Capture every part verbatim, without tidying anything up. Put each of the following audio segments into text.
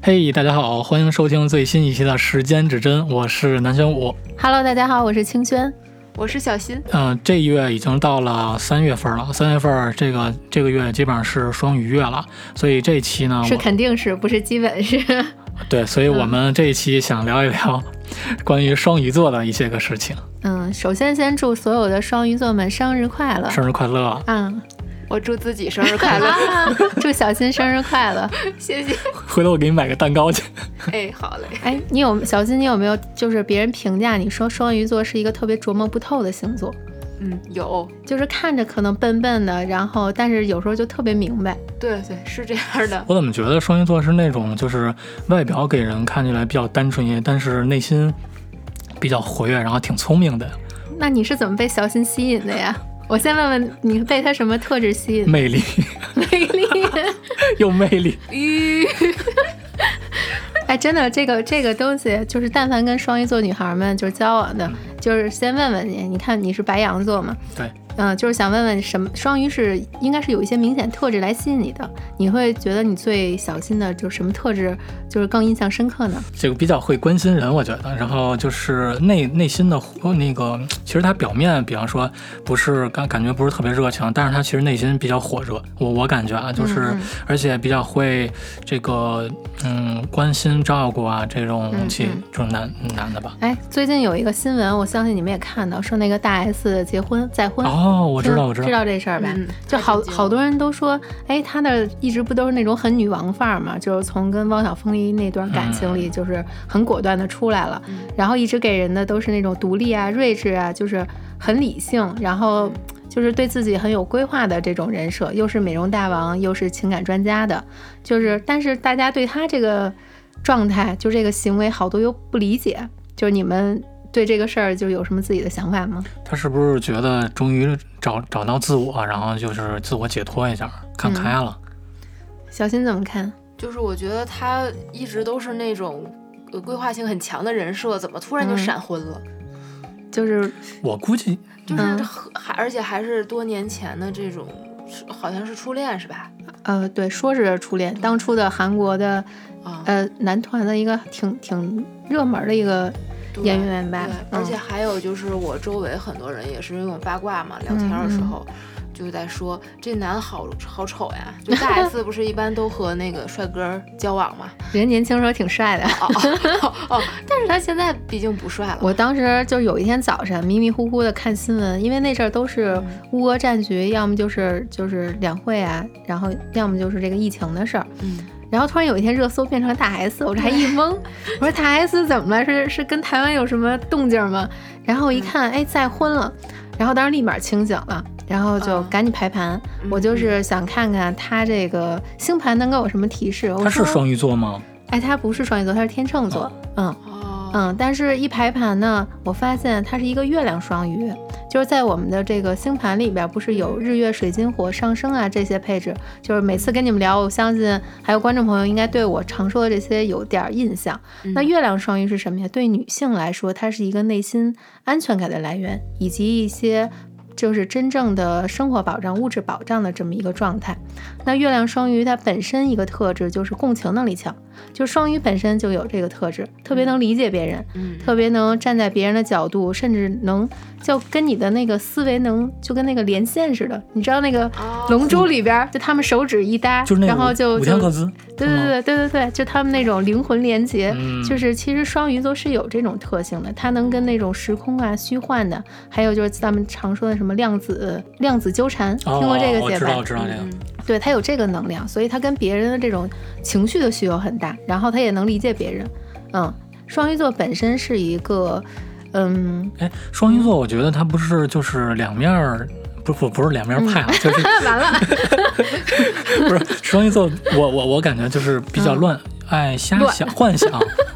嘿、hey, 大家好，欢迎收听最新一期的时间指针，我是南玄武。 Hello， 大家好，我是清轩， 我是小新。 嗯、呃，这一月已经到了三月份了，三月份这个这个月基本上是双鱼月了，所以这一期呢是肯定是不是基本是对，所以我们这一期想聊一聊关于双鱼座的一些个事情。 嗯，首先先祝所有的双鱼座们生日快乐， 生日快乐。 嗯， 我祝自己生日快乐祝小新生日快乐谢谢。 回头我给你买个蛋糕去。 哎，好嘞。 哎，你有小新，你有没有就是别人评价你说双鱼座是一个特别琢磨不透的星座？ 嗯，有， 就是看着可能笨笨的，然后但是有时候就特别明白。 对对，是这样的。 我怎么觉得双鱼座是那种就是外表给人看起来比较单纯一些，但是内心比较活跃，然后挺聪明的。 那你是怎么被小新吸引的呀？我先问问你，被他什么特质吸引？ 魅力。 魅力有魅力。 吁哎，真的，这个这个东西，就是但凡跟双鱼座女孩们就是交往的，就是先问问你，你看你是白羊座嘛？ 对。 嗯，就是想问问什么双鱼是应该是有一些明显特质来吸引你的，你会觉得你最小心的就是什么特质就是更印象深刻呢？ 这个比较会关心人，我觉得，然后就是内内心的那个，其实他表面比方说不是感感觉不是特别热情，但是他其实内心比较火热，我我感觉啊，就是嗯嗯而且比较会这个嗯关心照顾啊这种这、嗯嗯、这种男男的吧。 哎，最近有一个新闻，我相信你们也看到，说那个大 S 结婚再婚。 哦，我知道，我知道， 知道这事儿吧？ 嗯、 就好好多人都说，哎，她的一直不都是那种很女王范儿嘛？就是从跟汪小菲那段感情里，就是很果断的出来了，嗯、然后一直给人的都是那种独立啊、睿智啊，就是很理性，然后就是对自己很有规划的这种人设，又是美容大王，又是情感专家的，就是但是大家对她这个状态，就这个行为，好多又不理解，就是你们对这个事儿就有什么自己的想法吗？ 他是不是觉得终于找找到自我，然后就是自我解脱一下，看开了？ 嗯、小新怎么看？ 就是我觉得他一直都是那种呃规划性很强的人设，怎么突然就闪婚了？ 嗯、就是我估计就是还、嗯、而且还是多年前的这种，好像是初恋是吧？ 呃，对，说是初恋，当初的韩国的、嗯、呃男团的一个挺挺热门的一个演员吧。 对，而且还有就是我周围很多人也是用八卦嘛，聊天的时候、嗯、就在说这男好好丑呀。就大 S 不是一般都和那个帅哥交往吗？ 人年轻时候挺帅的。 哦哦哦，但是他现在毕竟不帅了。 我当时就有一天早上迷迷糊糊的看新闻，因为那阵儿都是乌俄战局，要么就是就是两会啊，然后要么就是这个疫情的事儿。 嗯。 然后突然有一天热搜变成了大 S， 我这还一懵，我说大 S 怎么了？是是跟台湾有什么动静吗？然后我一看，哎，再婚了，然后当时立马清醒了，然后就赶紧排盘。嗯、我就是想看看他这个星盘能给我什么提示。 他是双鱼座吗？ 哎，他不是双鱼座，他是天秤座。哦、嗯。嗯，但是一排盘呢，我发现它是一个月亮双鱼，就是在我们的这个星盘里边，不是有日月水金火上升啊这些配置，就是每次跟你们聊，我相信还有观众朋友应该对我常说的这些有点印象。嗯、那月亮双鱼是什么呀？对女性来说，它是一个内心安全感的来源，以及一些就是真正的生活保障、物质保障的这么一个状态。那月亮双鱼它本身一个特质就是共情能力强，就双鱼本身就有这个特质，特别能理解别人，嗯、特别能站在别人的角度，甚至能就跟你的那个思维能就跟那个连线似的。你知道那个龙珠里边，哦、就他们手指一搭， 就是那然后就五天各自， 对对对对对对，就他们那种灵魂连接， 嗯、 就是其实双鱼座是有这种特性的，它能跟那种时空啊、虚幻的，还有就是咱们常说的什么量子量子纠缠， 哦、 听过这个解吧？ 我知道，知道这个。 嗯、对，它有这个能量，所以它跟别人的这种情绪的需求很大，然后它也能理解别人。嗯，双鱼座本身是一个，嗯， 哎，双鱼座，我觉得它不是就是两面儿。不不不是两面派啊，嗯、就是完了， 不是双鱼座，我我我感觉就是比较乱，嗯、爱瞎想、幻想，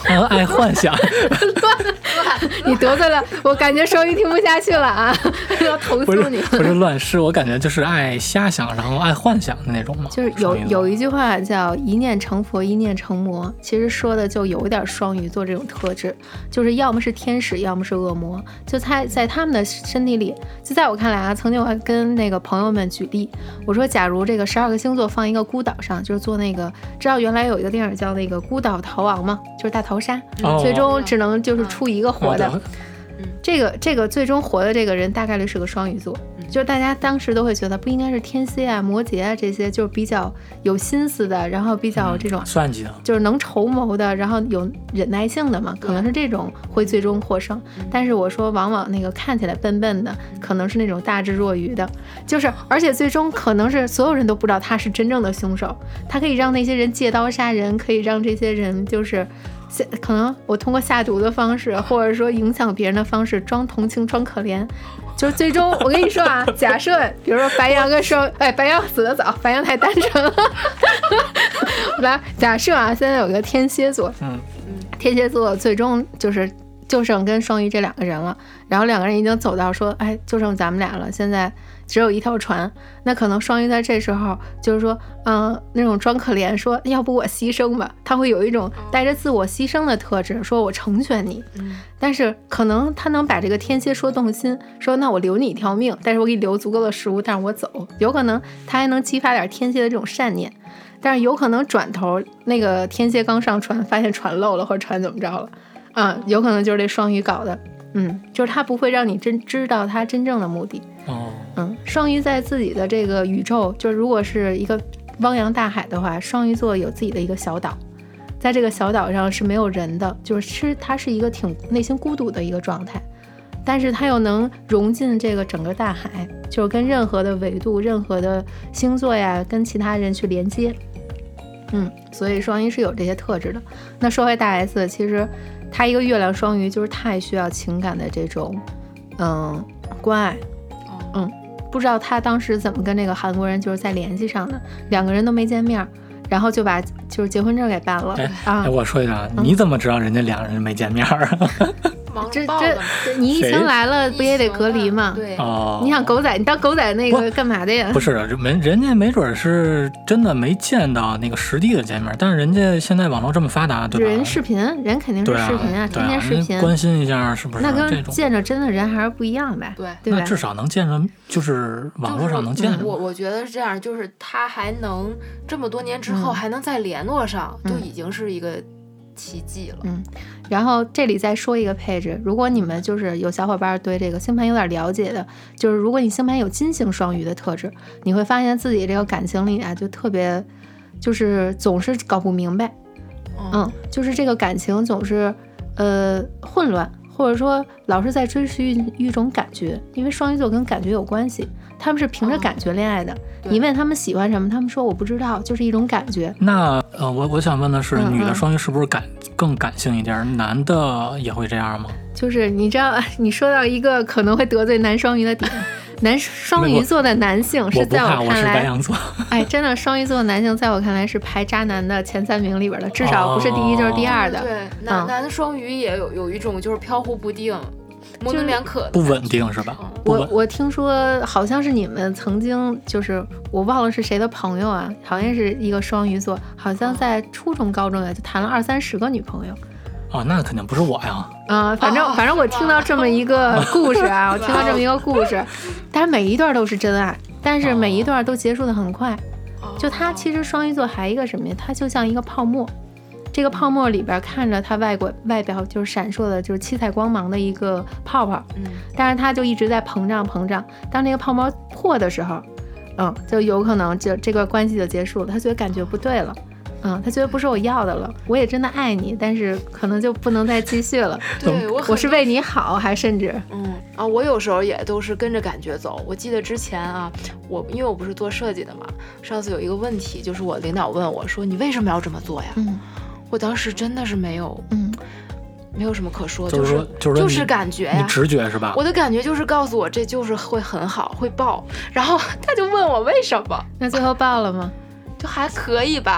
爱爱幻想， 乱乱，你得罪了，我感觉双鱼听不下去了啊，要投诉你。 不是不是乱世，我感觉就是爱瞎想，然后爱幻想的那种嘛。 就是有有一句话叫一念成佛，一念成魔，其实说的就有一点双鱼座这种特质，就是要么是天使，要么是恶魔。就在在他们的身体里，就在我看来啊，曾经我还跟那个朋友们举例，我说假如这个十二个星座放一个孤岛上，就是做那个，知道原来有一个电影叫那个孤岛逃亡吗？就是大逃杀， 哦、 最终只能就是出一个活的。 哦这个这个最终活的这个人大概率是个双鱼座，就是大家当时都会觉得不应该是天蝎啊、摩羯啊这些，就是比较有心思的，然后比较这种、 嗯、算计的， 就是能筹谋的，然后有忍耐性的嘛，可能是这种会最终获胜。但是我说，往往那个看起来笨笨的，可能是那种大智若愚的，就是而且最终可能是所有人都不知道他是真正的凶手，他可以让那些人借刀杀人，可以让这些人就是。可能我通过下毒的方式，或者说影响别人的方式，装同情装可怜，就是最终我跟你说啊，假设比如说白羊跟双，哎，白羊死得早，白羊太单纯了。来，假设啊，现在有一个天蝎座， 嗯嗯，天蝎座最终就是就剩跟双鱼这两个人了，然后两个人已经走到说，哎，就剩咱们俩了，现在只有一条船。那可能双鱼在这时候就是说，嗯、呃，那种装可怜，说要不我牺牲吧，他会有一种带着自我牺牲的特质，说我成全你。 嗯， 但是可能他能把这个天蝎说动心，说那我留你一条命，但是我给你留足够的食物，但是我走。有可能他还能激发点天蝎的这种善念，但是有可能转头那个天蝎刚上船，发现船漏了或者船怎么着了。嗯，有可能就是这双鱼搞的，嗯，就是他不会让你真知道他真正的目的。 哦， 嗯，双鱼在自己的这个宇宙，就如果是一个汪洋大海的话，双鱼座有自己的一个小岛，在这个小岛上是没有人的，就是他是一个挺内心孤独的一个状态，但是他又能融进这个整个大海，就是跟任何的纬度、任何的星座呀，跟其他人去连接。嗯，所以双鱼是有这些特质的。那说回大 S， 其实他一个月亮双鱼就是太需要情感的这种嗯关爱。嗯，不知道他当时怎么跟这个韩国人就是在联系上的，两个人都没见面，然后就把就是结婚证给办了。 哎啊， 哎我说一下，你怎么知道人家两个人没见面啊？ 这这你疫情来了不也得隔离吗？ 对哦， 你想狗仔，你当狗仔那个干嘛的呀？ 不是，人人家没准是真的没见到那个实地的见面，但是人家现在网络这么发达，对吧？ 人视频，人肯定是视频啊，天天视频， 关心一下是不是？ 那跟见着真的人还是不一样呗。 对， 对吧？ 那至少能见着，就是网络上能见着。 就是、我我觉得是这样，就是他还能这么多年之后还能再联络上， 嗯、 就已经是一个奇迹了。 嗯，然后这里再说一个配置，如果你们就是有小伙伴对这个星盘有点了解的，就是如果你星盘有金星双鱼的特质，你会发现自己这个感情里啊，就特别就是总是搞不明白，嗯，就是这个感情总是呃混乱，或者说老是在追寻一种感觉，因为双鱼座跟感觉有关系，他们是凭着感觉恋爱的。哦、你问他们喜欢什么，他们说我不知道，就是一种感觉。 那呃，我我想问的是， 嗯嗯女的双鱼是不是感更感性一点？男的也会这样吗？ 就是你知道，你说到一个可能会得罪男双鱼的点。男双鱼座的男性是在我看来， 我是白羊座。 哎，真的，双鱼座的男性在我看来是排渣男的前三名里边的，至少不是第一就是第二的。 哦、对，男、嗯、男的双鱼也有有一种就是飘忽不定、模棱两可的， 不稳定是吧？ 我我听说好像是你们曾经就是我忘了是谁的朋友啊，好像是一个双鱼座，好像在初中高中呀就谈了二三十个女朋友。 哦，那肯定不是我呀。 嗯、呃，反正、哦、反正我听到这么一个故事啊，我听到这么一个故事，但是每一段都是真爱，但是每一段都结束的很快。哦、就他其实双鱼座还一个什么呀？他就像一个泡沫，这个泡沫里边看着他外国外表就是闪烁的，就是七彩光芒的一个泡泡， 嗯， 但是他就一直在膨胀膨胀。当这个泡沫破的时候，嗯，就有可能就这个关系就结束了。他觉得感觉不对了。嗯，他觉得不是我要的了，我也真的爱你，但是可能就不能再继续了。 对，我我是为你好，还甚至， 嗯啊，我有时候也都是跟着感觉走。我记得之前啊，我因为我不是做设计的嘛，上次有一个问题，就是我领导问我说：“你为什么要这么做呀？” 嗯， 我当时真的是没有， 嗯， 没有什么可说， 就是说就是就是感觉呀， 你直觉是吧？ 我的感觉就是告诉我这就是会很好，会爆。然后他就问我为什么， 那最后爆了吗？ 就还可以吧。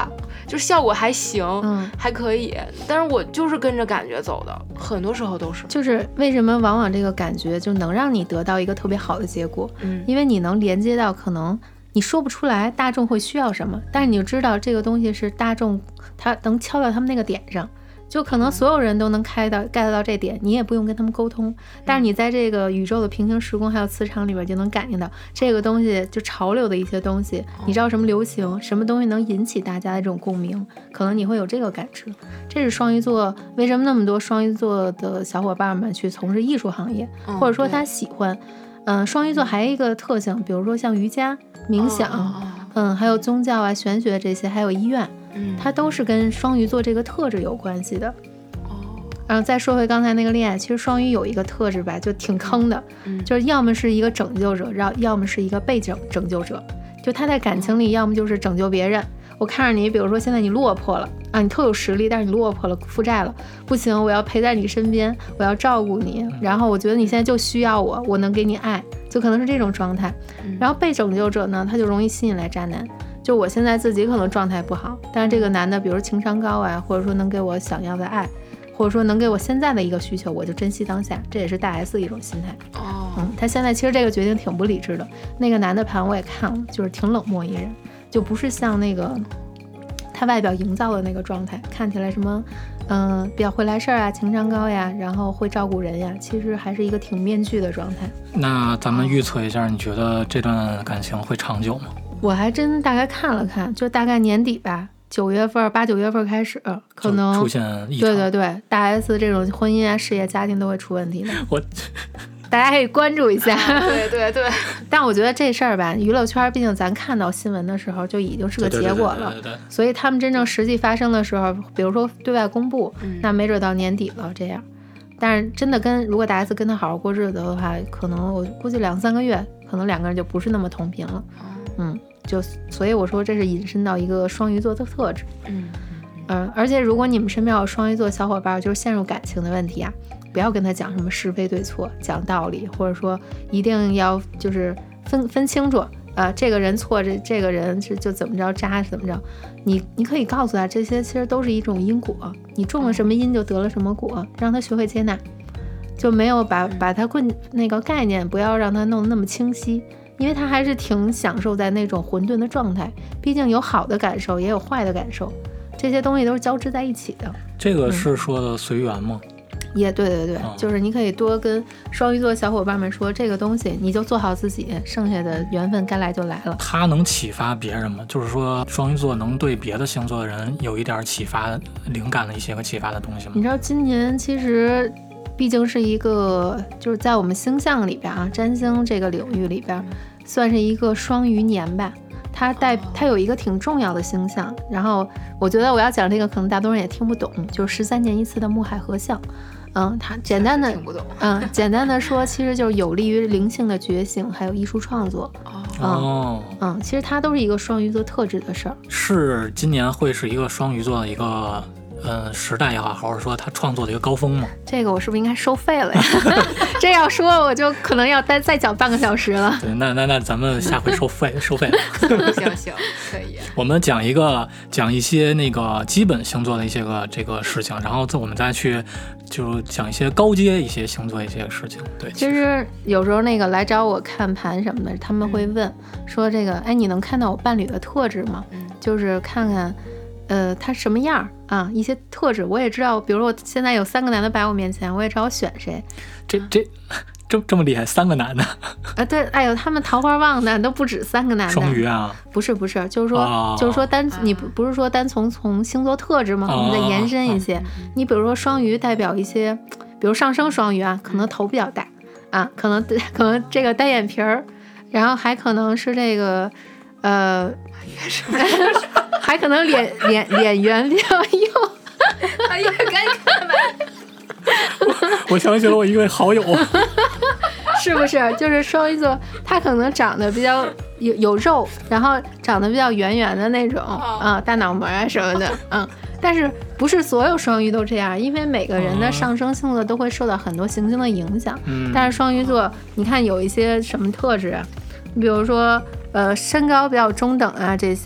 就效果还行， 嗯， 还可以。但是我就是跟着感觉走的，很多时候都是。 就是为什么往往这个感觉就能让你得到一个特别好的结果， 嗯， 因为你能连接到可能你说不出来大众会需要什么，但是你就知道这个东西是大众他能敲到他们那个点上。就可能所有人都能开到 get 到这点，你也不用跟他们沟通，但是你在这个宇宙的平行时空还有磁场里边就能感应到这个东西，就潮流的一些东西，你知道什么流行，什么东西能引起大家的这种共鸣，可能你会有这个感知。这是双鱼座为什么那么多双鱼座的小伙伴们去从事艺术行业， 嗯、 或者说他喜欢。嗯，双鱼座还有一个特性，比如说像瑜伽、冥想， 哦、 嗯，还有宗教啊、玄学这些，还有医院。 嗯， 它都是跟双鱼座这个特质有关系的。 哦， 然后再说回刚才那个恋爱，其实双鱼有一个特质吧，就挺坑的， 嗯， 就是要么是一个拯救者，要要么是一个被拯拯救者。就他在感情里，要么就是拯救别人。我看着你，比如说现在你落魄了啊，你特有实力，但是你落魄了，负债了，不行，我要陪在你身边，我要照顾你。然后我觉得你现在就需要我，我能给你爱，就可能是这种状态。然后被拯救者呢，他就容易吸引来渣男。就我现在自己可能状态不好，但是这个男的，比如情商高啊，或者说能给我想要的爱，或者说能给我现在的一个需求，我就珍惜当下，这也是大 S 的一种心态。 哦， 嗯，他现在其实这个决定挺不理智的。那个男的盘我也看了，就是挺冷漠一人，就不是像那个他外表营造的那个状态，看起来什么，嗯、呃，比较会来事儿啊，情商高呀，然后会照顾人呀，其实还是一个挺面具的状态。 那咱们预测一下，你觉得这段感情会长久吗？ 我还真大概看了看，就大概年底吧，九月份、八九月份开始，可能出现异常。 对对对，大 S 这种婚姻啊、事业、家庭都会出问题的。 我， 大家可以关注一下。 啊、对对对。 但我觉得这事儿吧，娱乐圈毕竟咱看到新闻的时候就已经是个结果了， 对对对对对对， 所以他们真正实际发生的时候，比如说对外公布， 嗯、 那没准到年底了这样。但是真的跟如果大 S 跟他好好过日子的话，可能我估计两三个月，可能两个人就不是那么同频了。嗯。就所以我说这是引申到一个双鱼座的特质。 嗯嗯、呃，而且如果你们身边有双鱼座小伙伴就是陷入感情的问题啊，不要跟他讲什么是非对错，讲道理，或者说一定要就是分分清楚啊、呃，这个人错，这这个人是就怎么着渣怎么着，你你可以告诉他这些其实都是一种因果，你种了什么因就得了什么果，让他学会接纳，就没有把把他棍那个概念不要让他弄得那么清晰。因为他还是挺享受在那种混沌的状态，毕竟有好的感受，也有坏的感受，这些东西都是交织在一起的。 这个是说的随缘吗？ 也、嗯、对对对、 哦， 就是你可以多跟双鱼座小伙伴们说，这个东西你就做好自己，剩下的缘分该来就来了。 它能启发别人吗？就是说双鱼座能对别的星座的人有一点启发灵感的一些个启发的东西吗？ 你知道今年其实毕竟是一个就是在我们星象里边啊，占星这个领域里边算是一个双鱼年吧，它带它有一个挺重要的星象，然后我觉得我要讲这个可能大多人也听不懂，就是十三年一次的木海合相。嗯，它简单的听不懂。 嗯，简单的说，其实就是有利于灵性的觉醒，还有艺术创作。 哦， 嗯嗯，其实它都是一个双鱼座特质的事儿。 是今年会是一个双鱼座的一个呃时代也好，或者说他创作的一个高峰吗？ 这个我是不是应该收费了呀？这要说我就可能要再再讲半个小时了。 对，那那那咱们下回收费收费了。 行行，可以。 我们讲一个讲一些那个基本星座的一些个这个事情，然后我们再去就讲一些高阶一些星座一些事情。对， 其实有时候那个来找我看盘什么的，他们会问、嗯、说这个，哎，你能看到我伴侣的特质吗？ 嗯， 就是看看。呃，他什么样啊？一些特质我也知道，比如说我现在有三个男的摆我面前，我也知道我选谁。 这这这这么厉害，三个男的啊？对，哎呦，他们桃花旺的都不止三个男的。 双鱼啊？ 不是不是，就是说、哦、就是说单你不不是说单从从星座特质吗？ 哦、 我们再延伸一些、哦，你比如说双鱼代表一些，比如上升双鱼啊，可能头比较大啊，可能可能这个单眼皮儿，然后还可能是这个呃。还可能脸脸脸圆比较幼， 哎呀，赶紧看吧。 我想起了我一位好友， 是不是？就是双鱼座，他可能长得比较有有肉，然后长得比较圆圆的那种啊、 哦嗯，大脑门啊什么的，嗯。但是不是所有双鱼都这样，因为每个人的上升星座都会受到很多行星的影响。 嗯。 但是双鱼座，你看有一些什么特质啊？比如说。呃，身高比较中等啊，这些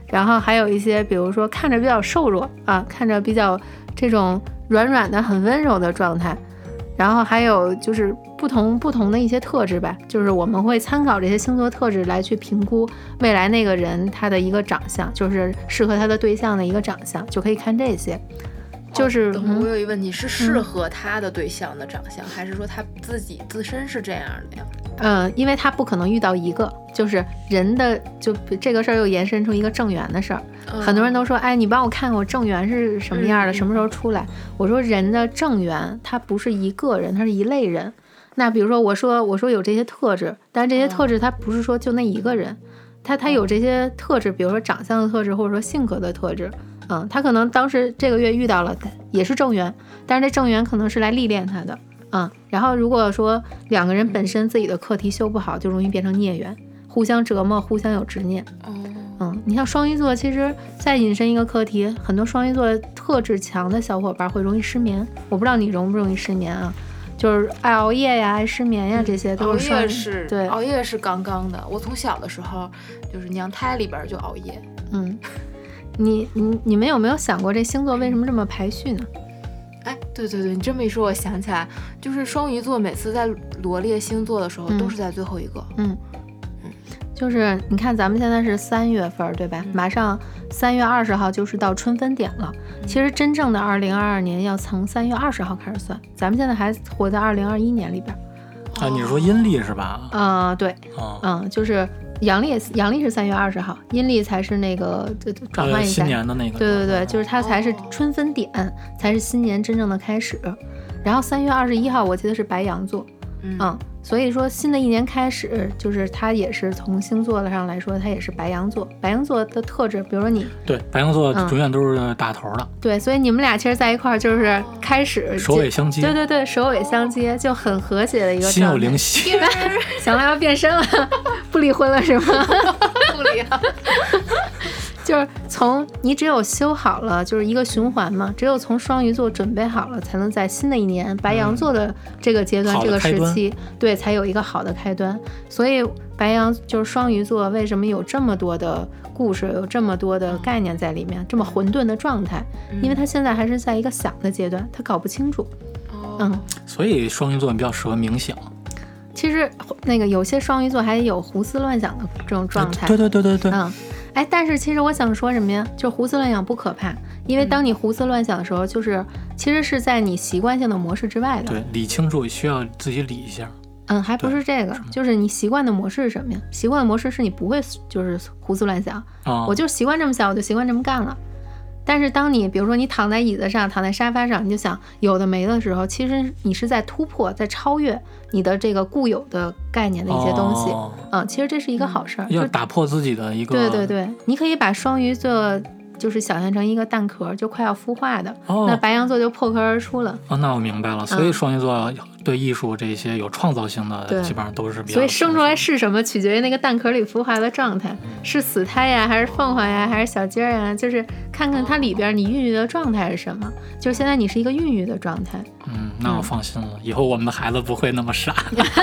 然后还有一些比如说看着比较瘦弱啊，看着比较这种软软的很温柔的状态，然后还有就是不同不同的一些特质吧，就是我们会参考这些星座特质来去评估未来那个人他的一个长相，就是适合他的对象的一个长相，就可以看这些。就是、 哦嗯、我有一个问题，是适合他的对象的长相、嗯、还是说他自己自身是这样的呀？ 嗯，因为他不可能遇到一个，就是人的就这个事儿又延伸出一个正缘的事儿、嗯。很多人都说，哎，你帮我看看我正缘是什么样的、嗯，什么时候出来？我说人的正缘它不是一个人，它是一类人。那比如说我说我说有这些特质，但这些特质它不是说就那一个人，他他有这些特质，比如说长相的特质或者说性格的特质。嗯，他可能当时这个月遇到了也是正缘，但是这正缘可能是来历练他的。嗯，然后如果说两个人本身自己的课题修不好，就容易变成孽缘，互相折磨，互相有执念。嗯，你像双鱼座，其实再引申一个课题，很多双鱼座特质强的小伙伴会容易失眠。我不知道你容不容易失眠啊？就是爱熬夜呀、爱失眠呀，这些都是熬夜是对熬夜是刚刚的。我从小的时候就是娘胎里边就熬夜。 嗯。你你你们有没有想过这星座为什么这么排序呢？ 哎，对对对，你这么一说，我想起来，就是双鱼座每次在罗列星座的时候，嗯、都是在最后一个。 嗯嗯，就是你看咱们现在是三月份，对吧？嗯、马上三月二十号就是到春分点了。嗯、其实真正的二零二二年要从三月二十号开始算，咱们现在还活在二零二一年里边。 啊，你是说阴历是吧？ 嗯、呃，对， 哦、 嗯，就是阳历，阳历是三月二十号，阴历才是那个转换一下、 呃、新年的那个。 对对对，就是它才是春分点，哦、才是新年真正的开始。然后三月二十一号，我记得是白羊座，嗯。嗯，所以说新的一年开始，就是它也是从星座上来说，它也是白羊座。白羊座的特质，比如说你对白羊座永远都是打头的、嗯。对， 所以你们俩其实在一块儿就是开始首尾相接。 对对对，首尾相接就很和谐的一个。 心有灵犀。 想来要变身了，不离婚了是吗？ 不离了。 就是从你只有修好了，就是一个循环嘛，只有从双鱼座准备好了，才能在新的一年白羊座的这个阶段、嗯、这个时期，对，才有一个好的开端。所以白羊就是双鱼座为什么有这么多的故事，有这么多的概念在里面，这么混沌的状态，因为他现在还是在一个想的阶段，他搞不清楚。嗯， 所以双鱼座比较适合冥想。 其实那个有些双鱼座还有胡思乱想的这种状态。 对对对对对。 嗯。哎，但是其实我想说什么呀？就胡思乱想不可怕，因为当你胡思乱想的时候，就是、嗯、其实是在你习惯性的模式之外的。 对，理清楚需要自己理一下。 嗯，还不是这个，就是你习惯的模式是什么呀？习惯的模式是你不会就是胡思乱想，哦、我就习惯这么想，我就习惯这么干了。但是当你比如说你躺在椅子上，躺在沙发上，你就想有的没的时候，其实你是在突破，在超越你的这个固有的概念的一些东西。 哦、 嗯，其实这是一个好事儿， 要打破自己的一个。 对对对，你可以把双鱼座就是想象成一个蛋壳，就快要孵化的。 哦、 那白羊座就破壳而出了。 哦，那我明白了。所以双鱼座对艺术这些有创造性的，基本上都是比较。 所以生出来是什么，取决于那个蛋壳里孵化的状态，嗯、是死胎呀，还是凤凰呀，还是小鸡儿呀？就是看看它里边你孕育的状态是什么。就是现在你是一个孕育的状态。 嗯，那我放心了，嗯、以后我们的孩子不会那么傻。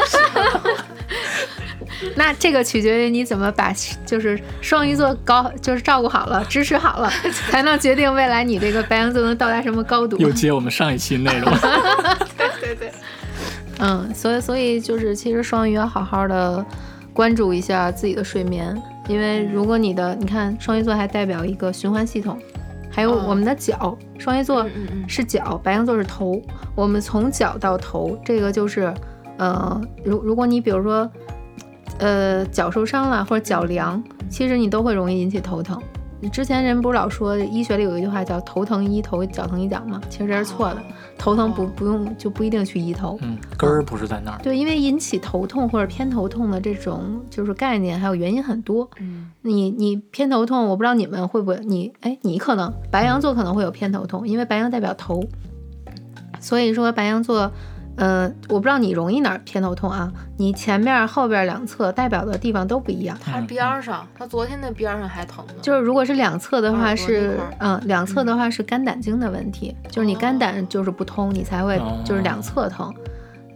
那这个取决于你怎么把就是双鱼座高就是照顾好了，支持好了，才能决定未来你这个白羊座能到达什么高度。 又接我们上一期内容。 对对对。 嗯，所以所以就是其实双鱼要好好的关注一下自己的睡眠，因为如果你的你看双鱼座还代表一个循环系统，还有我们的脚，双鱼座是脚，白羊座是头，我们从脚到头，这个就是呃，如如果你比如说呃脚受伤了或者脚凉，其实你都会容易引起头疼。之前人不是老说医学里有一句话叫头疼医头，脚疼医脚吗？其实这是错的，头疼不不用就不一定去医头， 嗯，根儿不是在那儿。 对，因为引起头痛或者偏头痛的这种就是概念还有原因很多。 嗯， 你你偏头痛，我不知道你们会不会，你哎你可能白羊座可能会有偏头痛，因为白羊代表头，所以说白羊座。呃，我不知道你容易哪儿偏头痛啊？你前面后边两侧代表的地方都不一样。 他边上，他昨天那边上还疼呢。 就是如果是两侧的话是，嗯，两侧的话是肝胆经的问题，就是你肝胆就是不通，你才会就是两侧疼。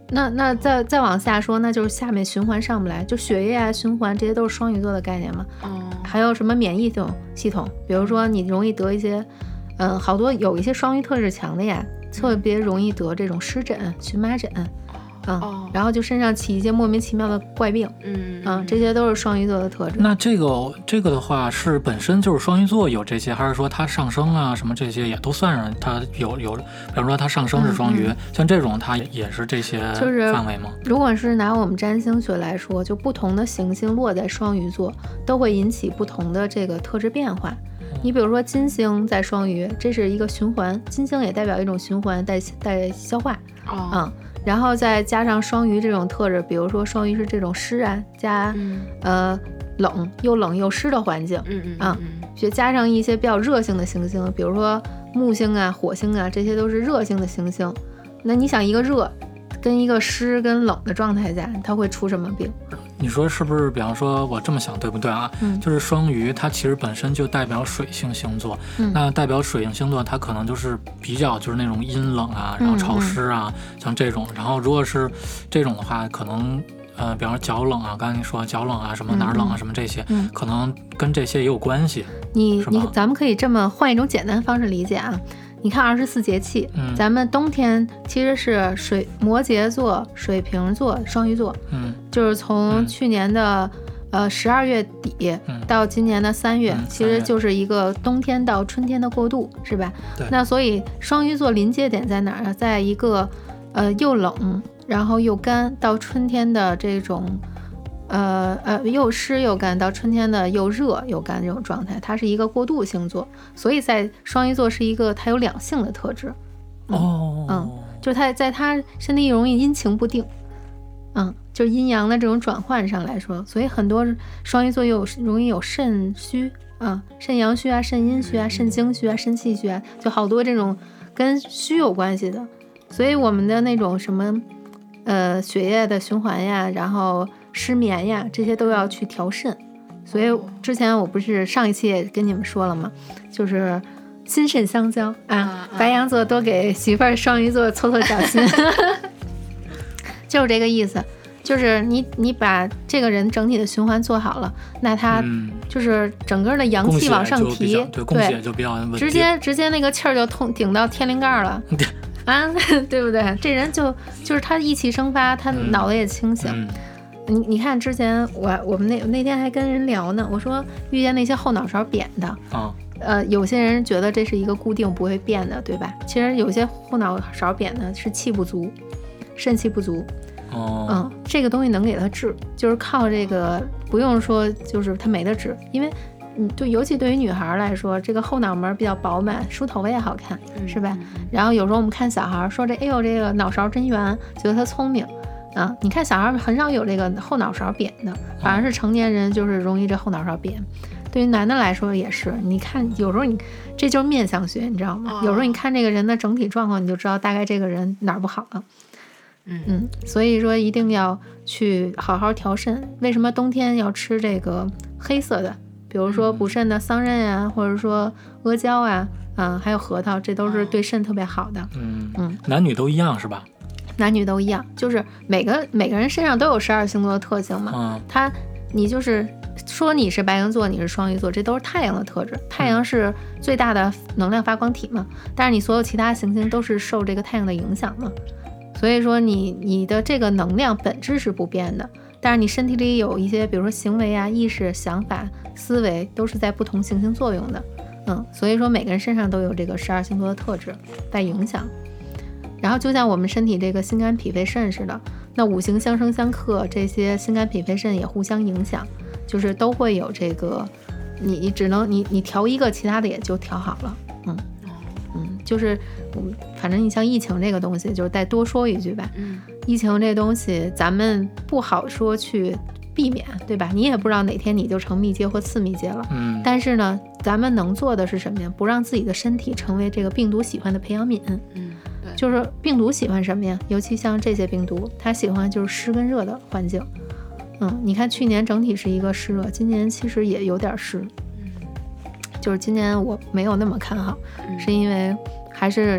那那再再往下说，那就是下面循环上不来，就血液啊、循环这些都是双鱼座的概念嘛。 哦， 还有什么免疫系统系统，比如说你容易得一些，嗯，好多有一些双鱼特质强的呀，特别容易得这种湿疹、荨麻疹。嗯， 哦、 然后就身上起一些莫名其妙的怪病， 嗯嗯，这些都是双鱼座的特质。 那这个这个的话，是本身就是双鱼座有这些，还是说它上升啊什么这些也都算上？它有有，比方说它上升是双鱼， 嗯嗯、 像这种它也是这些范围吗？ 就是、如果是拿我们占星学来说，就不同的行星落在双鱼座，都会引起不同的这个特质变化。嗯、你比如说金星在双鱼，这是一个循环，金星也代表一种循环带带消化， 哦、 嗯。然后再加上双鱼这种特质，比如说双鱼是这种湿啊，加、 嗯、 呃冷又冷又湿的环境， 嗯嗯啊，就加上一些比较热性的行星，比如说木星啊、火星啊，这些都是热性的行星。那你想一个热跟一个湿跟冷的状态下，它会出什么病？ 你说是不是？比方说我这么想对不对啊？ 嗯， 就是双鱼它其实本身就代表水性星座， 嗯、 那代表水性星座它可能就是比较就是那种阴冷啊，然后潮湿啊， 嗯、 像这种。然后如果是这种的话，可能呃，比方说脚冷啊，刚才你说脚冷啊，什么哪儿冷啊， 嗯、 什么这些， 嗯， 可能跟这些也有关系。 你你咱们可以这么换一种简单方式理解啊。你看二十四节气， 嗯， 咱们冬天其实是水摩羯座、水瓶座、双鱼座， 嗯， 就是从去年的、嗯、呃十二月底到今年的三月、 嗯， 其实就是一个冬天到春天的过渡，是吧？ 对。 那所以双鱼座临界点在哪儿呢？在一个呃又冷然后又干到春天的这种。呃呃，又湿又干到春天的又热又干这种状态，它是一个过渡星座，所以在双鱼座是一个它有两性的特质。 嗯、哦， 嗯，就是它在它身体容易阴晴不定，嗯，就是阴阳的这种转换上来说，所以很多双鱼座有容易有肾虚啊、肾阳虚啊、肾阴虚啊、肾精虚啊、肾气虚啊，就好多这种跟虚有关系的，所以我们的那种什么呃血液的循环呀，然后失眠呀，这些都要去调肾。所以之前我不是上一期也跟你们说了吗？就是心肾相交啊，白羊座多给媳妇儿双鱼座凑凑小心，就是这个意思。就是你你把这个人整体的循环做好了，那他就是整个的阳气往上提， 对，供血就比较稳定， 直接直接那个气儿就通顶到天灵盖了。啊，对不对？这人就就是他意气生发，他脑子也清醒。 嗯你你看之前我我们那那天还跟人聊呢，我说遇见那些后脑勺扁的啊， 呃，有些人觉得这是一个固定不会变的，对吧？其实有些后脑勺扁的是气不足，肾气不足。 哦， 嗯，这个东西能给他治，就是靠这个，不用说就是他没得治，因为嗯，对，尤其对于女孩来说，这个后脑门比较饱满，梳头发也好看， 嗯、 是吧？然后有时候我们看小孩说这，哎呦，这个脑勺真圆，觉得他聪明。啊，你看小孩很少有这个后脑勺扁的，反而是成年人就是容易这后脑勺扁。对于男的来说也是，你看有时候你这就是面相学，你知道吗？ 哦、 有时候你看这个人的整体状况，你就知道大概这个人哪儿不好了。 嗯嗯，所以说一定要去好好调肾。为什么冬天要吃这个黑色的？比如说补肾的桑葚啊，或者说阿胶啊，啊，还有核桃，这都是对肾特别好的。 嗯嗯，男女都一样是吧？ 男女都一样，就是每个每个人身上都有十二星座的特性嘛。 嗯， 他你就是说你是白羊座，你是双鱼座，这都是太阳的特质。太阳是最大的能量发光体嘛，但是你所有其他行星都是受这个太阳的影响嘛。所以说你你的这个能量本质是不变的，但是你身体里有一些，比如说行为啊、意识、想法、思维，都是在不同行星作用的。嗯，所以说每个人身上都有这个十二星座的特质在影响。然后就像我们身体这个心肝脾肺肾似的，那五行相生相克，这些心肝脾肺肾也互相影响，就是都会有这个，你你只能你你调一个，其他的也就调好了。嗯嗯，就是嗯，反正你像疫情这个东西，就是再多说一句吧。 嗯， 疫情这东西咱们不好说去避免，对吧？你也不知道哪天你就成密接或次密接了。 嗯， 但是呢，咱们能做的是什么呀？不让自己的身体成为这个病毒喜欢的培养皿。 嗯。 就是病毒喜欢什么呀？尤其像这些病毒，它喜欢就是湿跟热的环境。嗯，你看去年整体是一个湿热，今年其实也有点湿。 嗯， 就是今年我没有那么看好， 嗯、 是因为还是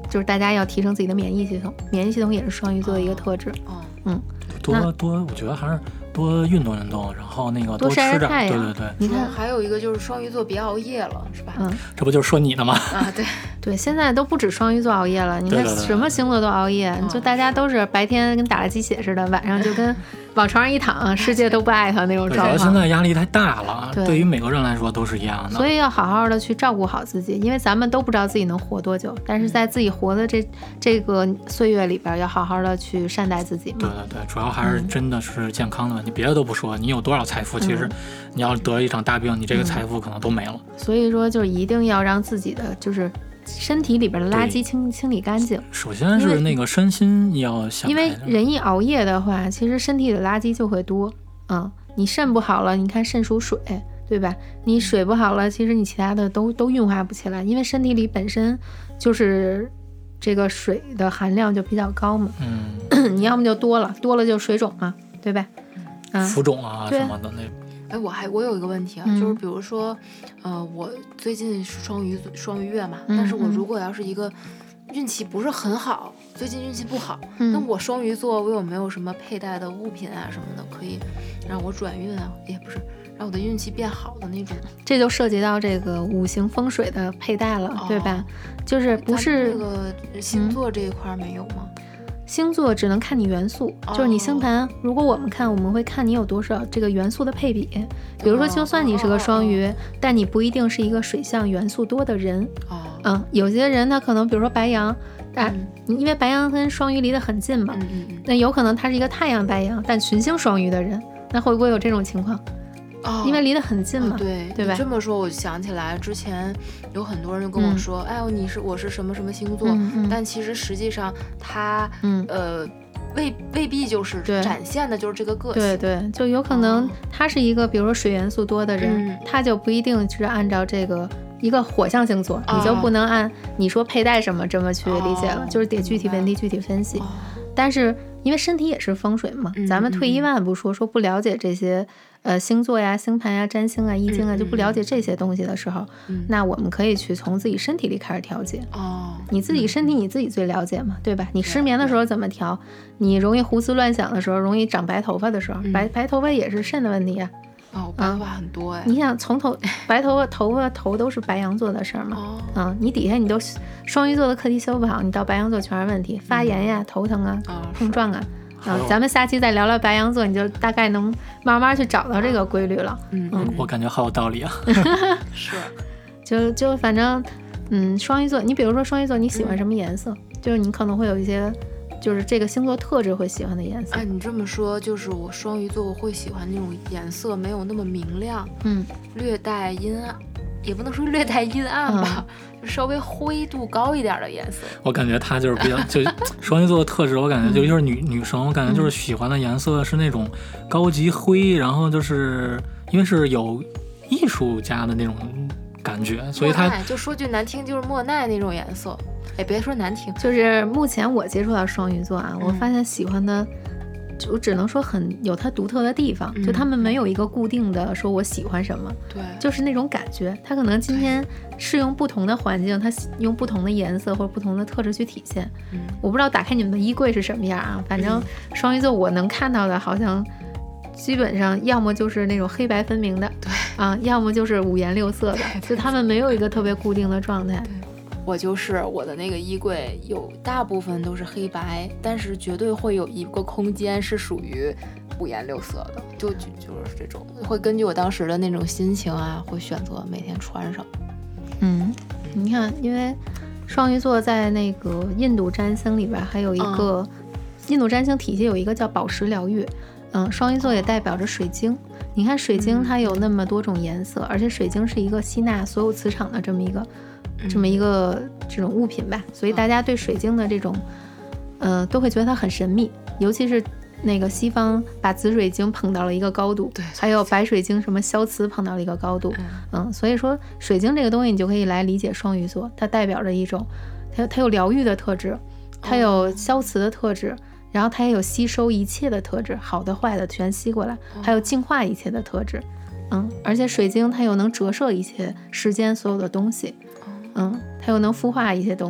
就是大家要提升自己的免疫系统，免疫系统也是双鱼座的一个特质。 哦， 嗯， 多多，我觉得还是多运动运动，然后那个多晒吃点， 太阳。 对对对。 你看， 还有一个就是双鱼座别熬夜了，是吧？ 嗯， 这不就是说你的吗？ 啊，对对，现在都不止双鱼座熬夜了，你看什么星座都熬夜， 对对对， 就大家都是白天跟打了鸡血似的，晚上就跟往床上一躺，世界都不爱他那种状况。 现在压力太大了， 对， 对于每个人来说都是一样的。 所以要好好的去照顾好自己，因为咱们都不知道自己能活多久，但是在自己活的这这个岁月里边，要好好的去善待自己嘛。 对对对，主要还是真的是健康的问题，嗯、别的都不说，你有多少财富，其实你要得一场大病，你这个财富可能都没了。 嗯、所以说，就一定要让自己的就是身体里边的垃圾清清理干净。 首先是那个身心要想， 因为人一熬夜的话，其实身体的垃圾就会多。嗯，你肾不好了，你看肾属水，对吧？你水不好了，其实你其他的都都运化不起来，因为身体里本身就是这个水的含量就比较高嘛。 嗯， 你要么就多了，多了就水肿嘛，对吧？ 嗯，浮肿啊什么的那。 哎，我还我有一个问题啊， 嗯、 就是比如说，呃，我最近是双鱼双鱼月嘛， 嗯、 但是我如果要是一个运气不是很好，最近运气不好， 嗯、 那我双鱼座我有没有什么佩戴的物品啊什么的可以让我转运啊？也不是让我的运气变好的那种。 这就涉及到这个五行风水的佩戴了，哦、对吧？就是不是这个星座这一块没有吗？ 嗯星座只能看你元素，就是你星盘、哦、如果我们看我们会看你有多少这个元素的配比，比如说就算你是个双鱼、哦、但你不一定是一个水象元素多的人、 哦、 嗯，有些人他可能比如说白羊啊、嗯，因为白羊跟双鱼离得很近嘛、 嗯嗯、 那有可能他是一个太阳白羊但群星双鱼的人，那会不会有这种情况？ 哦、 因为离得很近嘛、 哦、对对吧？ 这么说我想起来之前有很多人就跟我说、嗯、哎呦你是我是什么什么星座、 嗯嗯、 但其实实际上他、 嗯、 呃未未必就是展现的就是这个个性， 对对，就有可能他是一个、哦、比如说水元素多的人、 嗯、 他就不一定是按照这个一个火象星座、哦、你就不能按你说佩戴什么这么去理解了、哦、就是得具体问题具体分析、哦、但是因为身体也是风水嘛、 嗯、 咱们退一万步说说不了解这些呃星座呀星盘呀占星啊易经啊、嗯、就不了解这些东西的时候、嗯、那我们可以去从自己身体里开始调节哦， 你自己身体你自己最了解嘛，对吧？你失眠的时候怎么调，你容易胡思乱想的时候，容易长白头发的时候、嗯、白白头发也是肾的问题啊。 哦，白头发很多哎、 嗯、你想从头白头发头发头都是白羊座的事儿嘛、 哦、 嗯，你底下你都双鱼座的课题修不好，你到白羊座全是问题，发炎呀、头疼啊、 哦、 碰撞啊。嗯，咱们下期再聊聊白羊座，你就大概能慢慢去找到这个规律了。 嗯， 嗯我感觉好有道理啊。 是， 就就反正，嗯，双鱼座，你比如说双鱼座，你喜欢什么颜色？嗯、就是你可能会有一些，就是这个星座特质会喜欢的颜色。 哎，你这么说，就是我双鱼座我会喜欢那种颜色没有那么明亮， 嗯， 略带阴暗，也不能说略带阴暗吧。嗯，就稍微灰度高一点的颜色， 我感觉她就是比较就双鱼座的特质，我感觉就就是女、嗯、女生，我感觉就是喜欢的颜色是那种高级灰，然后就是因为是有艺术家的那种感觉，所以她就说句难听就是莫奈那种颜色。哎，别说难听， 就是目前我接触到双鱼座啊， 嗯、 我发现喜欢的。我只能说很有它独特的地方、嗯、就他们没有一个固定的说我喜欢什么， 对， 就是那种感觉，他可能今天适用不同的环境，他用不同的颜色或者不同的特质去体现、 嗯、 我不知道打开你们的衣柜是什么样啊，反正双鱼座我能看到的好像基本上要么就是那种黑白分明的， 对啊，要么就是五颜六色的，就他们没有一个特别固定的状态。 我就是我的那个衣柜有大部分都是黑白，但是绝对会有一个空间是属于五颜六色的，就就就是这种，会根据我当时的那种心情啊，会选择每天穿上。 嗯，你看，因为双鱼座在那个印度占星里边还有一个、嗯、印度占星体系有一个叫宝石疗愈，嗯，双鱼座也代表着水晶。你看水晶它有那么多种颜色、嗯、而且水晶是一个吸纳所有磁场的这么一个。这么一个这种物品吧，所以大家对水晶的这种，呃，都会觉得它很神秘，尤其是那个西方把紫水晶捧到了一个高度， 对， 还有白水晶什么消磁捧到了一个高度，嗯, 嗯，所以说水晶这个东西你就可以来理解双鱼座，它代表着一种，它它有疗愈的特质，它有消磁的特质，然后它也有吸收一切的特质，好的坏的全吸过来，还有净化一切的特质，嗯，而且水晶它又能折射一切世间所有的东西。嗯，它又能孵化一些东西，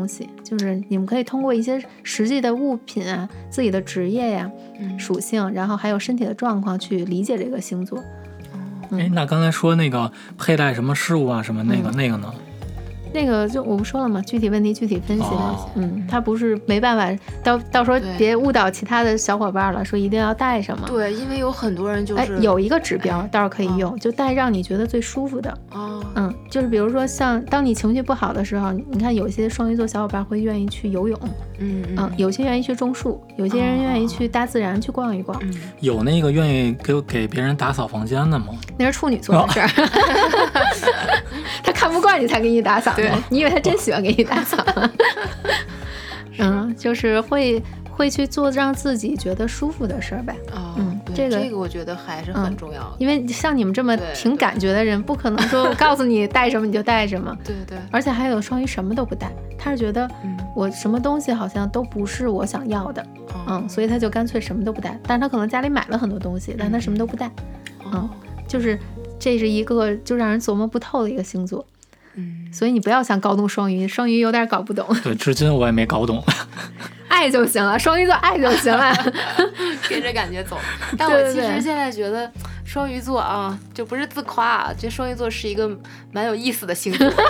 就是你们可以通过一些实际的物品啊、自己的职业呀、 嗯、 属性，然后还有身体的状况去理解这个星座。 哎、嗯，那刚才说那个佩戴什么饰物啊，什么那个、嗯、那个呢？ 那个就我不说了嘛，具体问题具体分析。哦、嗯，他不是没办法，到到时候别误导其他的小伙伴了，说一定要带什么。 对，因为有很多人就是、 哎、有一个指标，倒是可以用，哦、就带让你觉得最舒服的。 哦， 嗯，就是比如说像当你情绪不好的时候，你看有些双鱼座小伙伴会愿意去游泳， 嗯 嗯, 嗯，有些愿意去种树，有些人愿意去大自然去逛一逛。 嗯、 有那个愿意给给别人打扫房间的吗？ 那是处女座的事儿。哦他看不惯你才给你打扫呢，你以为他真喜欢给你打扫？嗯，就是会会去做让自己觉得舒服的事儿呗。 哦， 嗯， 这个这个我觉得还是很重要的、 嗯，因为像你们这么凭感觉的人，不可能说我告诉你带什么你就带什么。 对对。 而且还有双鱼什么都不带，他是觉得我什么东西好像都不是我想要的，嗯，嗯所以他就干脆什么都不带。但是他可能家里买了很多东西，但他什么都不带。嗯，嗯就是。这是一个就让人琢磨不透的一个星座， 嗯， 所以你不要想搞懂双鱼，双鱼有点搞不懂。 对，至今我也没搞懂。 爱就行了，双鱼座爱就行了， 跟着感觉走。但我其实现在觉得双鱼座啊，就不是自夸啊，这双鱼座是一个蛮有意思的星座，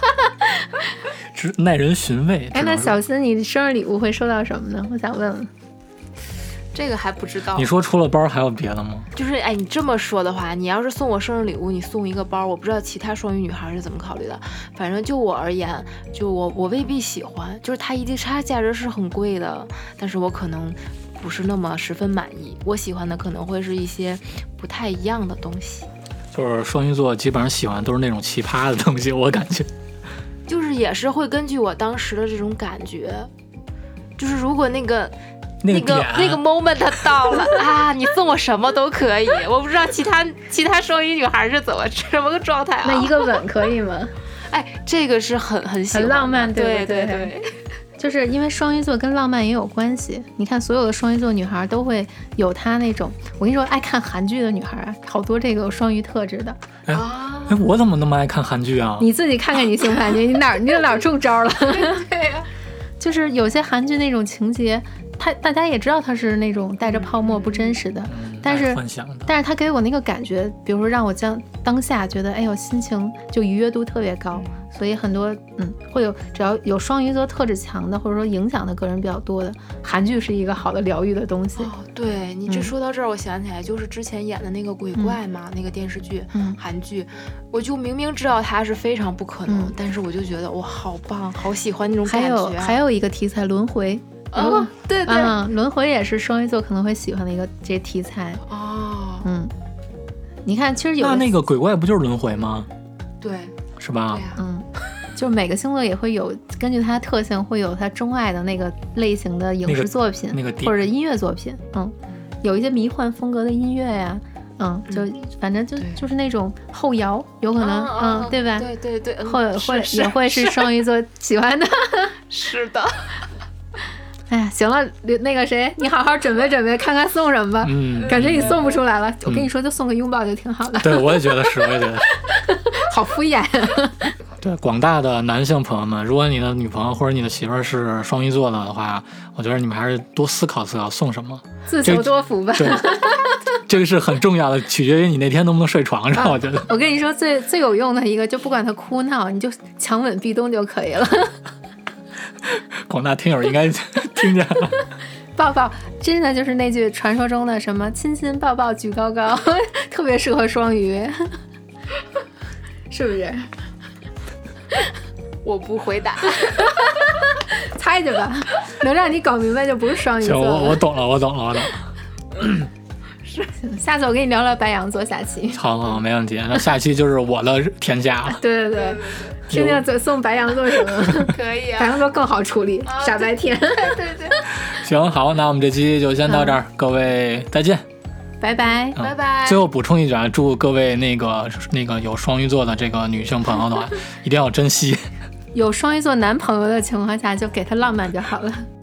耐人寻味。 哎，那小新，你生日礼物会收到什么呢？我想问问。 这个还不知道。 你说除了包还有别的吗？ 就是哎，你这么说的话，你要是送我生日礼物，你送一个包，我不知道其他双鱼女孩是怎么考虑的。反正就我而言，就我我未必喜欢，就是它一定它价值是很贵的，但是我可能不是那么十分满意。我喜欢的可能会是一些不太一样的东西。 就是双鱼座基本上喜欢都是那种奇葩的东西，我感觉。 就是也是会根据我当时的这种感觉，就是如果那个。 那个、 那个那个 moment 到了啊！你送我什么都可以，我不知道其他其他双鱼女孩是怎么什么个状态啊？ 那一个吻可以吗？ 哎，这个是很很喜欢很浪漫，对对对对。 就是因为双鱼座跟浪漫也有关系。你看，所有的双鱼座女孩都会有她那种，我跟你说，爱看韩剧的女孩，好多这个有双鱼特质的。 哎，哎我怎么那么爱看韩剧啊？ 你自己看看你星盘去，你哪你哪中招了？ 对呀、啊， 就是有些韩剧那种情节。他大家也知道他是那种带着泡沫不真实的， 嗯、 但是幻想的但是他给我那个感觉，比如说让我将当下觉得哎呦心情就愉悦度特别高，所以很多嗯会有只要有双鱼座特质强的或者说影响的个人比较多的，韩剧是一个好的疗愈的东西。 哦，对你这说到这儿、嗯，我想起来就是之前演的那个鬼怪嘛，嗯、那个电视剧、 嗯、 韩剧，我就明明知道它是非常不可能， 嗯、 但是我就觉得哇好棒，好喜欢那种感觉。 还有还有一个题材轮回。 哦，对对， 嗯，轮回也是双鱼座可能会喜欢的一个这题材哦。 嗯，你看，其实有那那个鬼怪不就是轮回吗？ 对， 是吧？ 对呀、啊， 嗯，就是每个星座也会有根据它的特性，会有它钟爱的那个类型的影视作品， 那个、那个、 或者音乐作品。嗯，有一些迷幻风格的音乐呀、啊，嗯，就反正就就是那种后摇，有可能， 嗯， 嗯对吧？ 对对对， 会会也会是双鱼座喜欢的。 是的。 哎呀，行了，那个谁，你好好准备准备，看看送什么吧。 嗯， 感觉你送不出来了。嗯、我跟你说，就送个拥抱就挺好的。 对，我也觉得是，我也觉得是。 好敷衍。 对广大的男性朋友们，如果你的女朋友或者你的媳妇儿是双鱼座的的话，我觉得你们还是多思考思考送什么， 自求多福吧。 对，这个是很重要的，取决于你那天能不能睡床上。啊、我觉得。 我跟你说，最最有用的一个，就不管他哭闹，你就强吻壁咚就可以了。 广大听友应该听见了， 抱抱真的就是那句传说中的什么亲亲抱抱举高高，特别适合双鱼，是不是？ 我不回答， 猜着吧，能让你搞明白就不是双鱼座。 行，我我懂了，我懂了，我懂了。 是，下次我跟你聊聊白羊座，下期。 好好，没问题。那下期就是我的天下了。 对对对，听听送白羊座什么？ 可以啊， 白羊座更好处理，啊、傻白甜。 对对对。 行，好，那我们这期就先到这儿，嗯、各位再见， 拜拜， 嗯、拜拜。 最后补充一句啊，祝各位那个那个有双鱼座的这个女性朋友的话，一定要珍惜。 有双鱼座男朋友的情况下，就给他浪漫就好了。